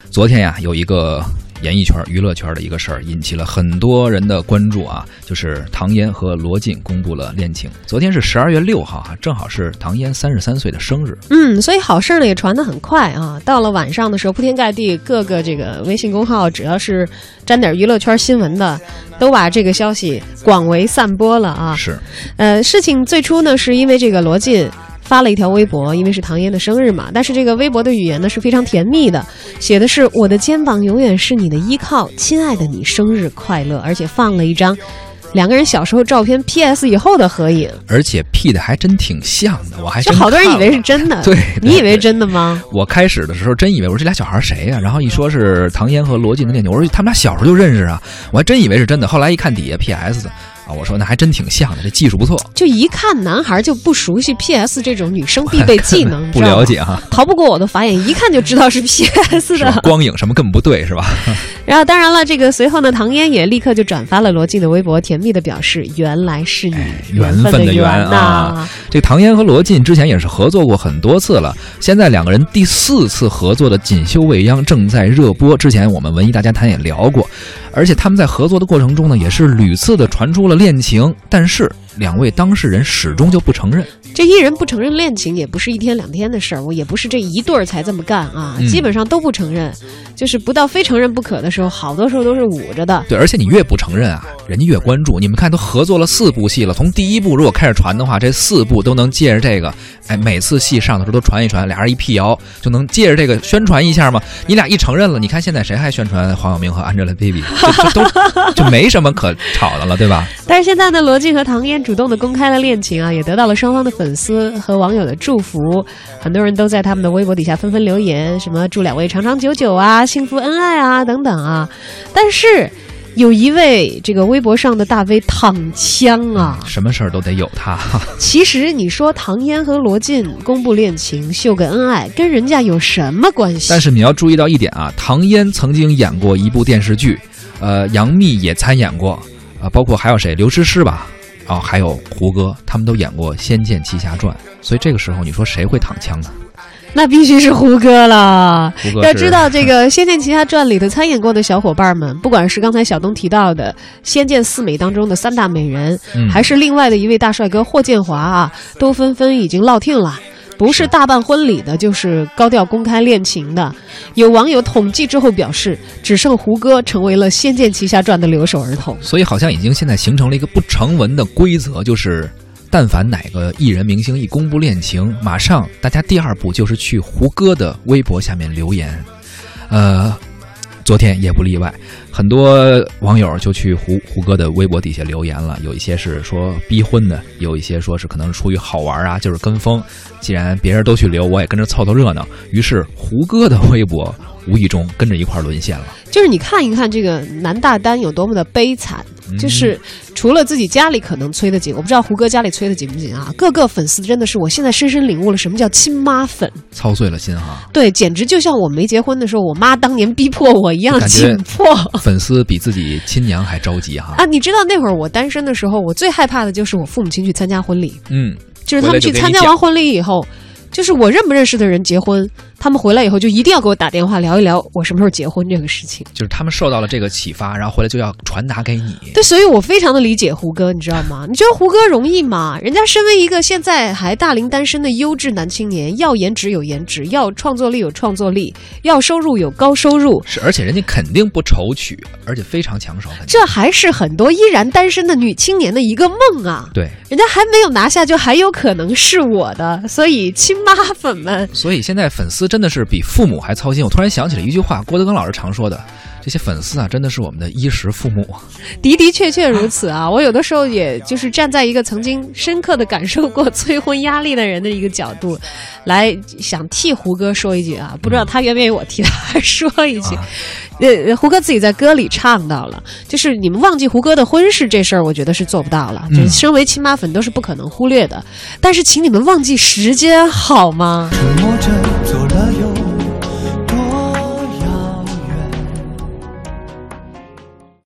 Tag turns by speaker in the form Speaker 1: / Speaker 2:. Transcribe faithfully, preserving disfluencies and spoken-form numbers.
Speaker 1: 昨天呀，有一个演艺圈、娱乐圈的一个事儿，引起了很多人的关注啊，就是唐嫣和罗晋公布了恋情。昨天是十二月六号啊，正好是唐嫣三十三岁的生日。
Speaker 2: 嗯，所以好事呢也传得很快啊。到了晚上的时候，铺天盖地各个这个微信公号，只要是沾点娱乐圈新闻的，都把这个消息广为散播了啊。
Speaker 1: 是，
Speaker 2: 呃，事情最初呢是因为这个罗晋发了一条微博，因为是唐嫣的生日嘛，但是这个微博的语言呢是非常甜蜜的，写的是我的肩膀永远是你的依靠，亲爱的你生日快乐，而且放了一张两个人小时候照片 P S 以后的合影，
Speaker 1: 而且 P 的还真挺像的，我还
Speaker 2: 就好多人以为是真的。
Speaker 1: 对，
Speaker 2: 你以为真的吗？
Speaker 1: 我开始的时候真以为我说这俩小孩谁呀、啊？然后一说是唐嫣和罗晋的恋情，我说他们俩小时候就认识啊，我还真以为是真的。后来一看底下 P S 的。啊，我说那还真挺像的，这技术不错。
Speaker 2: 就一看男孩就不熟悉 P S 这种女生必备技能，
Speaker 1: 不了解哈，
Speaker 2: 逃不过我的法眼，一看就知道是 P S 的。
Speaker 1: 光影什么根本不对是吧？
Speaker 2: 然后当然了，这个随后呢，唐嫣也立刻就转发了罗晋的微博，甜蜜的表示原来是你，
Speaker 1: 哎、缘分的缘
Speaker 2: 呐、啊。
Speaker 1: 这个唐嫣和罗晋之前也是合作过很多次了，现在两个人第四次合作的《锦绣未央》正在热播。之前我们文艺大家谈也聊过，而且他们在合作的过程中呢，也是屡次的传出了恋情，但是两位当事人始终就不承认。
Speaker 2: 这一人不承认恋情也不是一天两天的事儿，我也不是这一对儿才这么干啊、嗯，基本上都不承认，就是不到非承认不可的时候，好多时候都是捂着的。
Speaker 1: 对，而且你越不承认啊，人家越关注。你们看，都合作了四部戏了，从第一部如果开始传的话，这四部都能借着这个，哎，每次戏上的时候都传一传，俩人一辟谣就能借着这个宣传一下嘛。你俩一承认了，你看现在谁还宣传黄晓明和 Angelababy， 这这都就没什么可吵的了，对吧？
Speaker 2: 但是现在呢，罗晋和唐嫣主动的公开了恋情啊，也得到了双方的粉丝和网友的祝福。很多人都在他们的微博底下纷纷留言，什么祝两位长长久久啊，幸福恩爱啊等等啊。但是有一位这个微博上的大 V 躺枪啊，
Speaker 1: 什么事儿都得有他。
Speaker 2: 其实你说唐嫣和罗晋公布恋情秀个恩爱，跟人家有什么关系？
Speaker 1: 但是你要注意到一点啊，唐嫣曾经演过一部电视剧，呃，杨幂也参演过，呃，包括还有谁，刘诗诗吧，哦，还有胡歌，他们都演过《仙剑奇侠传》，所以这个时候你说谁会躺枪呢？
Speaker 2: 那必须是胡歌了。
Speaker 1: 胡歌
Speaker 2: 要知道，这个《仙剑奇侠传》里头参演过的小伙伴们，不管是刚才小东提到的仙剑四美当中的三大美人，嗯、还是另外的一位大帅哥霍建华啊，都纷纷已经落听了。不是大办婚礼的，就是高调公开恋情的。有网友统计之后表示，只剩胡歌成为了《仙剑奇侠传》的留守儿童。
Speaker 1: 所以好像已经现在形成了一个不成文的规则，就是但凡哪个艺人明星一公布恋情，马上大家第二步就是去胡歌的微博下面留言。呃，昨天也不例外，很多网友就去胡胡歌的微博底下留言了，有一些是说逼婚的，有一些说是可能出于好玩啊，就是跟风。既然别人都去留，我也跟着凑凑热闹。于是胡歌的微博无意中跟着一块沦陷了。
Speaker 2: 就是你看一看这个男大单有多么的悲惨，就是除了自己家里可能催得紧，我不知道胡歌家里催得紧不紧啊。各个粉丝真的是，我现在深深领悟了什么叫亲妈粉，
Speaker 1: 操碎了心哈。
Speaker 2: 对，简直就像我没结婚的时候，我妈当年逼迫我一样紧迫。
Speaker 1: 粉丝比自己亲娘还着急哈。
Speaker 2: 啊，你知道那会儿我单身的时候，我最害怕的就是我父母亲去参加婚礼。
Speaker 1: 嗯。
Speaker 2: 就是他们去参加完婚礼以后，就是我认不认识的人结婚，他们回来以后就一定要给我打电话聊一聊我什么时候结婚这个事情。
Speaker 1: 就是他们受到了这个启发，然后回来就要传达给你。
Speaker 2: 对，所以我非常的理解胡歌，你知道吗？你觉得胡歌容易吗？人家身为一个现在还大龄单身的优质男青年，要颜值有颜值，要创作力有创作力，要收入有高收入，
Speaker 1: 是，而且人家肯定不愁娶，而且非常抢手。
Speaker 2: 这还是很多依然单身的女青年的一个梦啊！
Speaker 1: 对，
Speaker 2: 人家还没有拿下，就还有可能是我的，所以亲妈粉们。
Speaker 1: 所以现在粉丝真的是比父母还操心。我突然想起了一句话，郭德纲老师常说的，这些粉丝啊，真的是我们的衣食父母。
Speaker 2: 的的确确如此啊！我有的时候也就是站在一个曾经深刻的感受过催婚压力的人的一个角度，来想替胡歌说一句啊，不知道他愿不愿意我替他说一句。呃，胡歌自己在歌里唱到了，就是你们忘记胡歌的婚事这事儿，我觉得是做不到了。就是身为亲妈粉都是不可能忽略的，但是请你们忘记时间好吗？
Speaker 3: 沉默着走了又